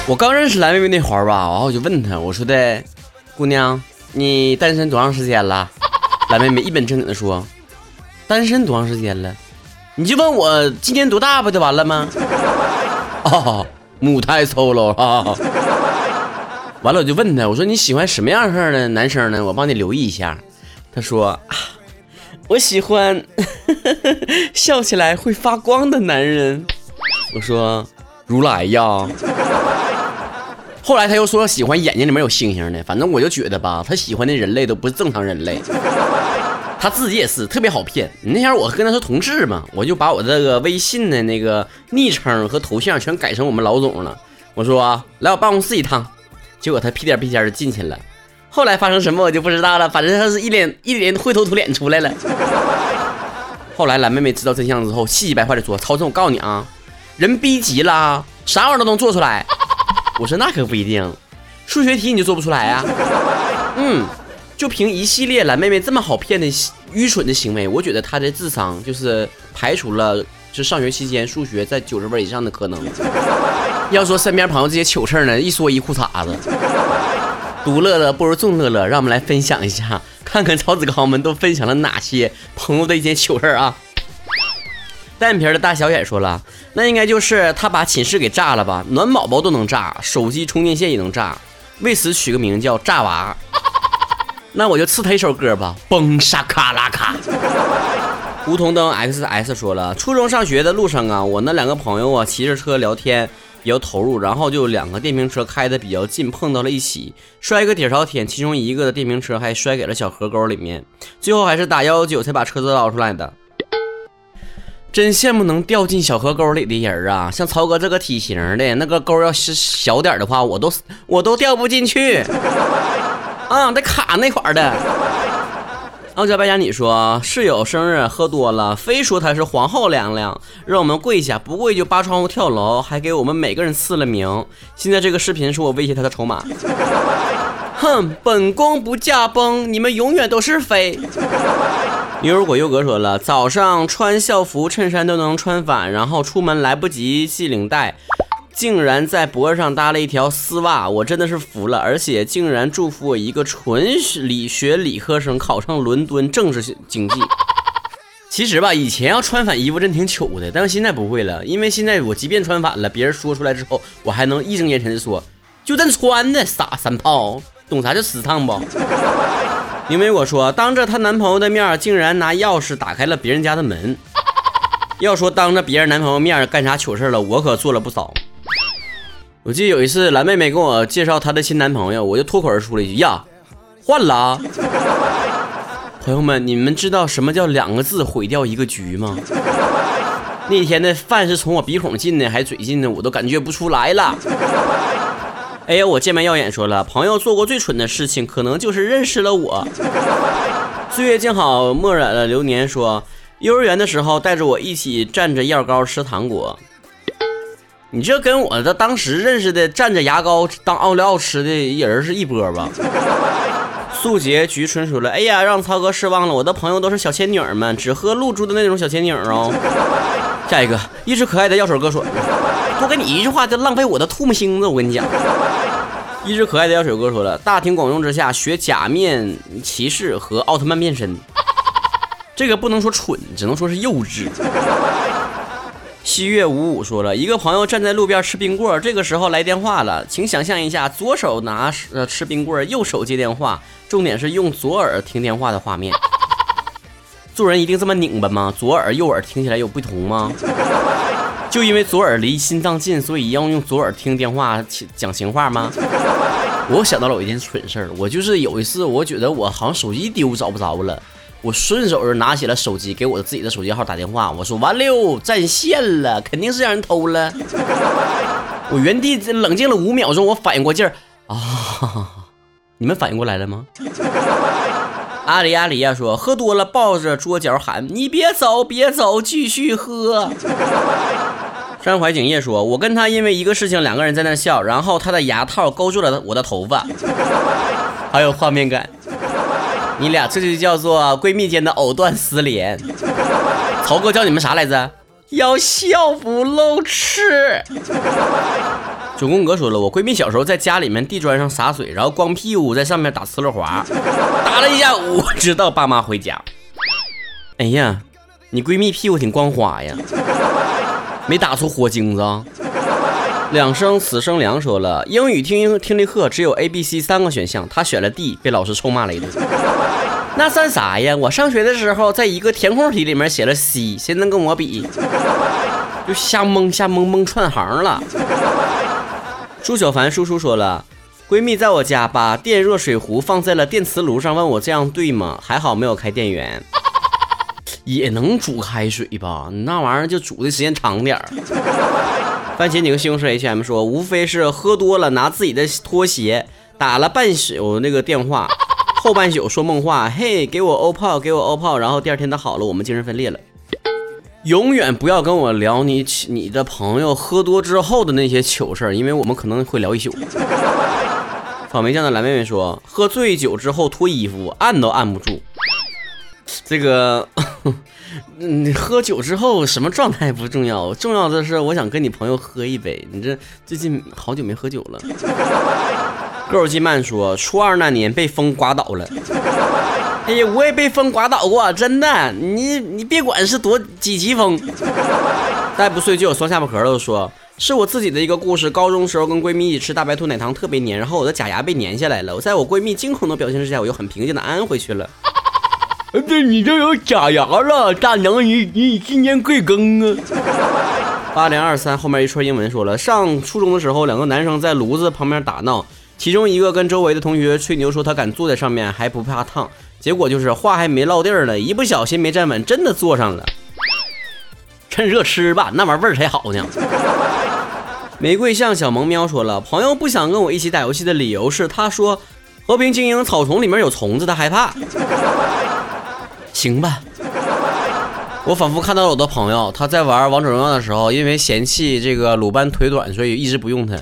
我刚认识蓝妹妹那会儿吧，然后我就问她，我说的姑娘，你单身多长时间了？蓝妹妹一本正经的说，单身多长时间了？你就问我今年多大不就完了吗？哦，母胎 solo 啊。完了我就问她，我说你喜欢什么样式的男生呢？我帮你留意一下。她说我喜欢笑起来会发光的男人。我说如来呀。后来他又说喜欢眼睛里面有星星的，反正我就觉得吧，他喜欢的人类都不是正常人类。他自己也是特别好骗。那天我跟他是同事嘛，我就把我这个微信的那个昵称和头像全改成我们老总了。我说来我办公室一趟，结果他屁颠屁颠就进去了。后来发生什么我就不知道了，反正他是一脸灰头土脸出来了。后来蓝妹妹知道真相之后，气急败坏的说：“曹总，我告诉你啊，人逼急了，啥玩意儿都能做出来。”我说那可不一定，数学题你就做不出来啊。就凭一系列蓝妹妹这么好骗的愚蠢的行为，我觉得她的智商就是排除了就上学期间数学在90分以上的可能。要说身边朋友这些糗事呢，一说一裤衩子。独乐乐不如众乐乐，让我们来分享一下，看看曹子高们都分享了哪些朋友的一些糗事啊。单眼皮的大小眼说了，那应该就是他把寝室给炸了吧，暖宝宝都能炸，手机充电线也能炸，为此取个名叫炸娃。那我就赐他一首歌吧，嘣沙卡拉卡。梧桐灯 XS 说了，初中上学的路上啊，我那两个朋友啊骑着车聊天比较投入，然后就两个电瓶车开得比较近，碰到了一起，摔个底朝天，其中一个的电瓶车还摔给了小河沟里面，最后还是打119才把车子捞出来的。真羡慕能掉进小河沟里的人啊！像曹哥这个体型的，那个沟要是小点的话，我都掉不进去啊，得卡那块儿的。傲娇白家你说室友生日喝多了，非说他是皇后娘娘，让我们跪下，不跪就扒窗户跳楼，还给我们每个人赐了名。现在这个视频是我威胁他的筹码。哼，本宫不驾崩，你们永远都是妃。牛如果优格说了，早上穿校服衬衫都能穿反，然后出门来不及系领带，竟然在脖子上搭了一条丝袜，我真的是服了，而且竟然祝福我一个纯理科生考上伦敦政治经济。其实吧，以前要穿反衣服真挺糗的，但是现在不会了，因为现在我即便穿反了，别人说出来之后，我还能义正言辞的说，就这穿的傻三炮，懂啥叫死烫不？因为我说当着她男朋友的面竟然拿钥匙打开了别人家的门。要说当着别人男朋友面干啥糗事了，我可做了不少。我记得有一次蓝妹妹跟我介绍她的新男朋友，我就脱口而出了一句呀，换了啊。朋友们，你们知道什么叫2个字毁掉一个局吗？那天的饭是从我鼻孔进的还是嘴进的，我都感觉不出来了。哎呀，我见面耀眼说了，朋友做过最蠢的事情可能就是认识了我。岁月静好墨染了流年说，幼儿园的时候带着我一起蘸着药膏吃糖果。你这跟我的当时认识的蘸着牙膏当奥利奥吃的人是一波吧？素洁菊春说了，哎呀，让曹哥失望了，我的朋友都是小仙女们，只喝露珠的那种小仙女哦。下一个一直可爱的药水哥说，多给你一句话就浪费我的吐沫星子，我跟你讲。一直可爱的药水哥说了，大庭广众之下学假面骑士和奥特曼变身，这个不能说蠢，只能说是幼稚。西月55说了，一个朋友站在路边吃冰棍，这个时候来电话了，请想象一下，左手拿吃冰棍，右手接电话，重点是用左耳听电话的画面。做人一定这么拧巴吗？左耳右耳听起来有不同吗？就因为左耳离心脏近，所以要用左耳听电话讲情话吗？我想到了我一件蠢事儿，我就是有一次我觉得我好像手机丢找不着了，我顺手就拿起了手机给我自己的手机号打电话，我说完了，占线了，肯定是让人偷了。我原地冷静了5秒钟，我反应过劲儿啊，你们反应过来了吗？阿里亚说，喝多了抱着桌角喊，你别走别走，继续喝。山怀景业说，我跟他因为一个事情2个人在那笑，然后他的牙套勾住了我的头发，还有画面感。你俩这就叫做闺蜜间的藕断丝连。曹哥教你们啥来着？要笑不露齿。 九宫格说了，我闺蜜小时候在家里面地砖上洒水，然后光屁股在上面打呲溜滑，打了一下午，直到爸妈回家。哎呀，你闺蜜屁股挺光滑呀，没打出火精子啊。两生死生凉说了，英语听力课只有 A、B、C 3个选项，他选了 D， 被老师臭骂了一顿。那算啥呀？我上学的时候在一个填空题里面写了 C， 谁能跟我比？就瞎蒙串行了。朱小凡叔叔说了，闺蜜在我家把电热水壶放在了电磁炉上，问我这样对吗？还好没有开电源。也能煮开水吧？那玩意儿就煮的时间长点儿。番茄你个西红柿 HM 说，无非是喝多了拿自己的拖鞋打了半宿那个电话，后半宿说梦话，嘿，给我欧炮，给我欧炮，然后第二天他好了，我们精神分裂了。永远不要跟我聊你的朋友喝多之后的那些糗事儿，因为我们可能会聊一宿。草莓酱的蓝妹妹说，喝醉酒之后脱衣服按都按不住。这个喝酒之后什么状态不重要，重要的是我想跟你朋友喝一杯。你这最近好久没喝酒了。戈尔基曼说，初二那年被风刮倒了。哎呀，我也被风刮倒过，真的。你别管是几级风。再不睡就有双下巴壳了，说是我自己的一个故事。高中时候跟闺蜜一起吃大白兔奶糖特别黏，然后我的假牙被粘下来了。我在我闺蜜惊恐的表现之下，我又很平静的安回去了。对，你这有假牙了，大娘，你今年贵庚啊？8023后面一串英文说了，上初中的时候，两个男生在炉子旁边打闹，其中一个跟周围的同学吹牛说他敢坐在上面还不怕烫，结果就是话还没落地儿了，一不小心没站稳，真的坐上了。趁热吃吧，那玩意儿味儿才好呢。玫瑰像小萌喵说了，朋友不想跟我一起打游戏的理由是，他说和平精英草丛里面有虫子，他害怕。行吧，我仿佛看到了我的朋友，他在玩王者荣耀的时候，因为嫌弃这个鲁班腿短，所以一直不用他。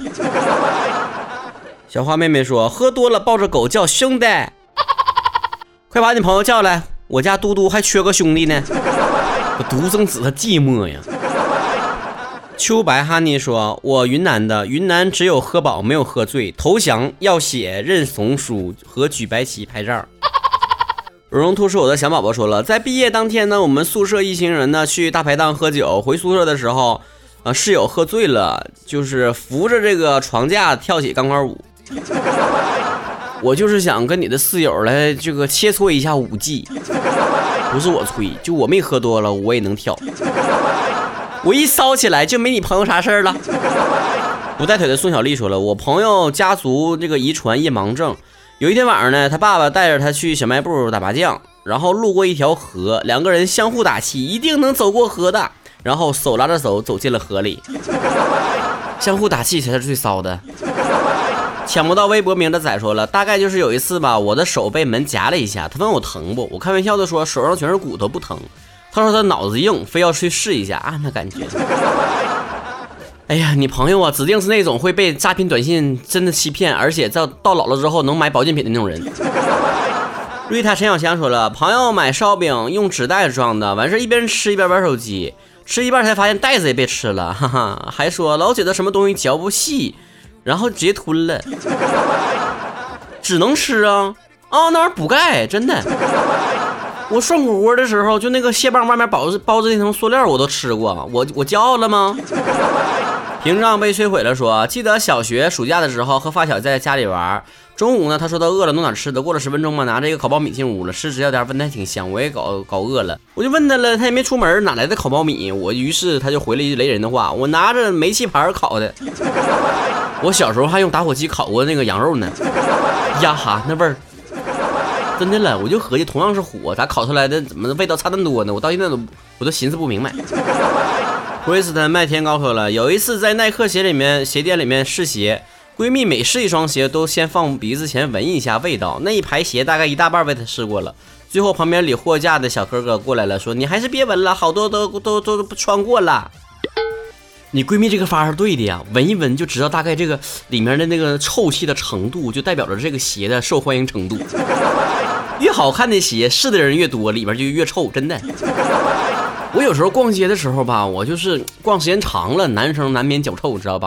小花妹妹说，喝多了抱着狗叫兄弟，快把你朋友叫来，我家嘟嘟还缺个兄弟呢，我独生子他寂寞呀。秋白哈尼说，我云南的，云南只有喝饱没有喝醉，投降要写认怂书和举白旗拍照。蓉蓉兔是我的小宝宝说了，在毕业当天呢，我们宿舍一行人呢去大排档喝酒，回宿舍的时候室友喝醉了，就是扶着这个床架跳起钢管舞。我就是想跟你的室友来这个切磋一下舞技，不是我吹，就我没喝多了我也能跳，我一烧起来就没你朋友啥事儿了。不带腿的宋小丽说了，我朋友家族这个遗传夜盲症，有一天晚上呢，他爸爸带着他去小卖部打麻将，然后路过一条河，两个人相互打气，一定能走过河的，然后手拉着手走进了河里。相互打气才是最骚的。抢不到微博名的仔说了，大概就是有一次吧，我的手被门夹了一下，他问我疼不，我开玩笑的说手上全是骨头不疼，他说他脑子硬，非要去试一下，那感觉。哎呀，你朋友啊，指定是那种会被诈骗短信真的欺骗，而且到老了之后能买保健品的那种人。瑞塔陈小香说了，朋友买烧饼用纸袋装的，完事一边吃一边玩手机，吃一半才发现袋子也被吃了，哈哈，还说老觉得什么东西嚼不细，然后直接吞了。只能吃啊，那玩意儿补钙，真的。我涮火锅的时候，就那个蟹棒外面包着那层塑料我都吃过，我骄傲了吗？屏障被摧毁了说，记得小学暑假的时候和发小在家里玩，中午呢他说他饿了弄点吃的，过了10分钟嘛，拿着一个烤苞米进屋了，吃直接点，问他还挺香，我也搞饿了，我就问他了，他也没出门，哪来的烤苞米？于是他就回了一句雷人的话，我拿着煤气盘烤的。我小时候还用打火机烤过那个羊肉呢，呀哈，那味儿真的了，我就合计同样是火，咋烤出来的怎么味道差那么多呢？我到现在我都寻思不明白。普瑞斯特麦天高说了，有一次在耐克鞋店里面试鞋，闺蜜每试一双鞋都先放鼻子前闻一下味道，那一排鞋大概一大半被她试过了，最后旁边理货架的小哥哥过来了，说你还是别闻了，好多都穿过了。你闺蜜这个法是对的呀，闻一闻就知道大概这个里面的那个臭气的程度，就代表着这个鞋的受欢迎程度。越好看的鞋试的人越多，里面就越臭，真的。我有时候逛街的时候吧，我就是逛时间长了，男生难免脚臭，知道吧？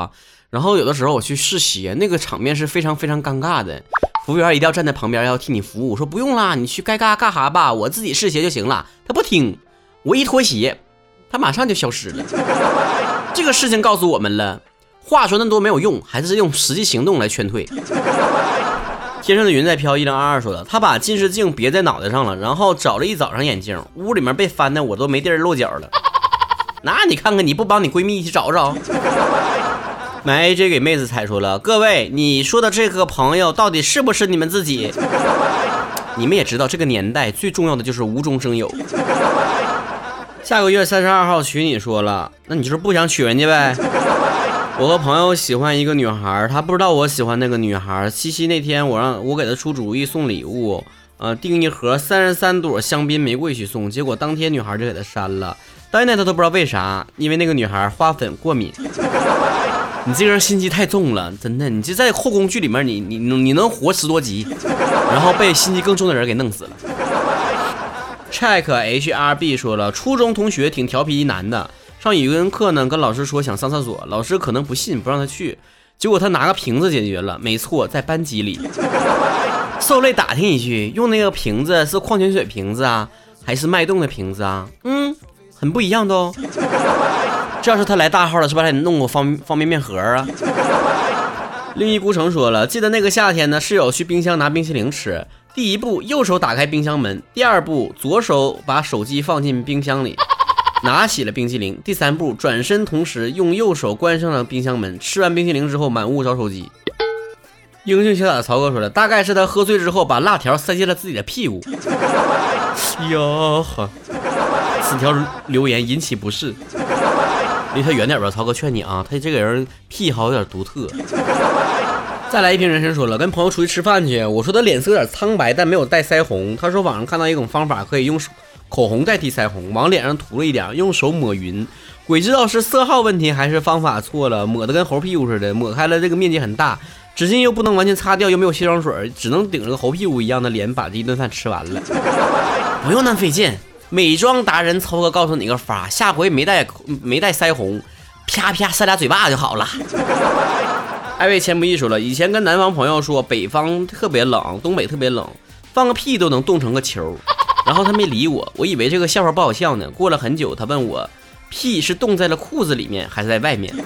然后有的时候我去试鞋，那个场面是非常非常尴尬的，服务员一定要站在旁边要替你服务，我说不用啦，你去该干啥吧，我自己试鞋就行了。他不听，我一脱鞋他马上就消失了。这个事情告诉我们了，话说那么多没有用，还是用实际行动来劝退。天上的云在飘1022说了，他把近视镜别在脑袋上了，然后找了一早上眼镜，屋里面被翻的我都没地儿落脚了。那你看看，你不帮你闺蜜一起找找？买 AJ 给妹子猜说了，各位你说的这个朋友到底是不是你们自己？你们也知道这个年代最重要的就是无中生有。下个月32号娶你说了，那你就是不想娶人家呗？我和朋友喜欢一个女孩，她不知道我喜欢那个女孩。七夕那天我给她出主意送礼物，订一盒33朵香槟玫瑰去送，结果当天女孩就给她删了。到现在她都不知道为啥，因为那个女孩花粉过敏。你这个人心机太重了，真的，你这在后宫剧里面你能活10多集，然后被心机更重的人给弄死了。Check HRB 说了，初中同学挺调皮一男的，上语文课呢跟老师说想上厕所，老师可能不信不让他去，结果他拿个瓶子解决了，没错，在班级里。受累打听一句，用那个瓶子是矿泉水瓶子啊，还是脉动的瓶子啊？很不一样的哦。这要是他来大号了，是不是还得弄个方便面盒啊？另一孤城说了，记得那个夏天呢，室友去冰箱拿冰淇淋吃，第一步右手打开冰箱门，第二步左手把手机放进冰箱里，拿起了冰淇淋，第三步转身同时用右手关上了冰箱门，吃完冰淇淋之后满屋找手机。英俊潇洒的曹哥说了，大概是他喝醉之后把辣条塞进了自己的屁股。哟呵，此条留言引起不适。离他远点吧，曹哥劝你啊，他这个人癖好有点独特。再来一瓶人参说了，跟朋友出去吃饭去，我说他脸色有点苍白，但没有带腮红。他说网上看到一种方法，可以用口红代替腮红，往脸上涂了一点，用手抹匀。鬼知道是色号问题还是方法错了，抹得跟猴屁股似的，抹开了这个面积很大，纸巾又不能完全擦掉，又没有卸妆水，只能顶着个猴屁股一样的脸把这一顿饭吃完了。不用那么费劲。美妆达人曹哥告诉你个法，下回没带腮红，啪啪扇俩嘴巴就好了。艾薇钱不易说了，以前跟南方朋友说北方特别冷，东北特别冷，放个屁都能冻成个球，然后他没理我，我以为这个笑话不好笑呢。过了很久，他问我屁是冻在了裤子里面还是在外面？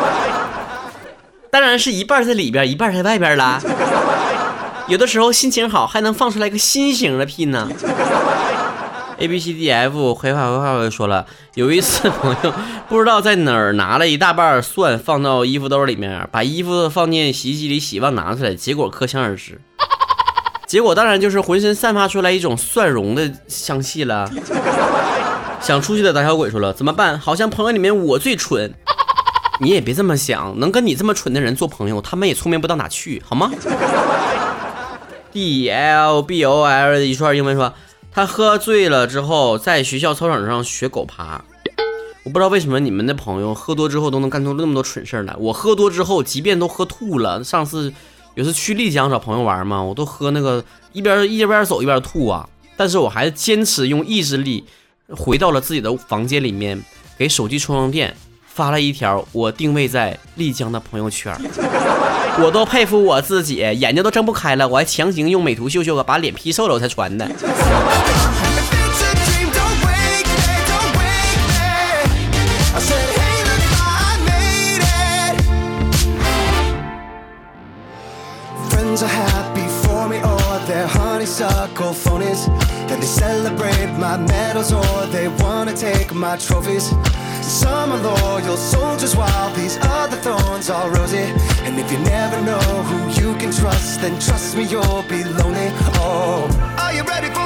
当然是一半在里边，一半在外边啦。有的时候心情好还能放出来个新型的屁呢。ABCDF 回话说了，有一次朋友不知道在哪儿拿了一大半蒜放到衣服兜里面，把衣服放进洗衣机里洗，忘拿出来，结果可想而知，结果当然就是浑身散发出来一种蒜蓉的香气了。想出去的胆小鬼说了，怎么办？好像朋友里面我最蠢。你也别这么想，能跟你这么蠢的人做朋友，他们也聪明不到哪去，好吗？DLBOL 的一串英文说，他喝醉了之后在学校操场上学狗爬。我不知道为什么你们的朋友喝多之后都能干出那么多蠢事来，我喝多之后即便都喝吐了，上次有次去丽江找朋友玩嘛，我都喝那个一边走一边吐啊，但是我还坚持用意志力回到了自己的房间里面，给手机充上电，发了一条我定位在丽江的朋友圈。我都佩服我自己，眼睛都睁不开了，我还强行用美图秀秀把脸 P 瘦了我才传的。 honeysuckle phonies, and they celebrate my medals or they wanna take my trophies. Some are loyal soldiers while these other thorns are rosy. And if you never know who you can trust, then trust me, you'll be lonely. Oh, are you ready for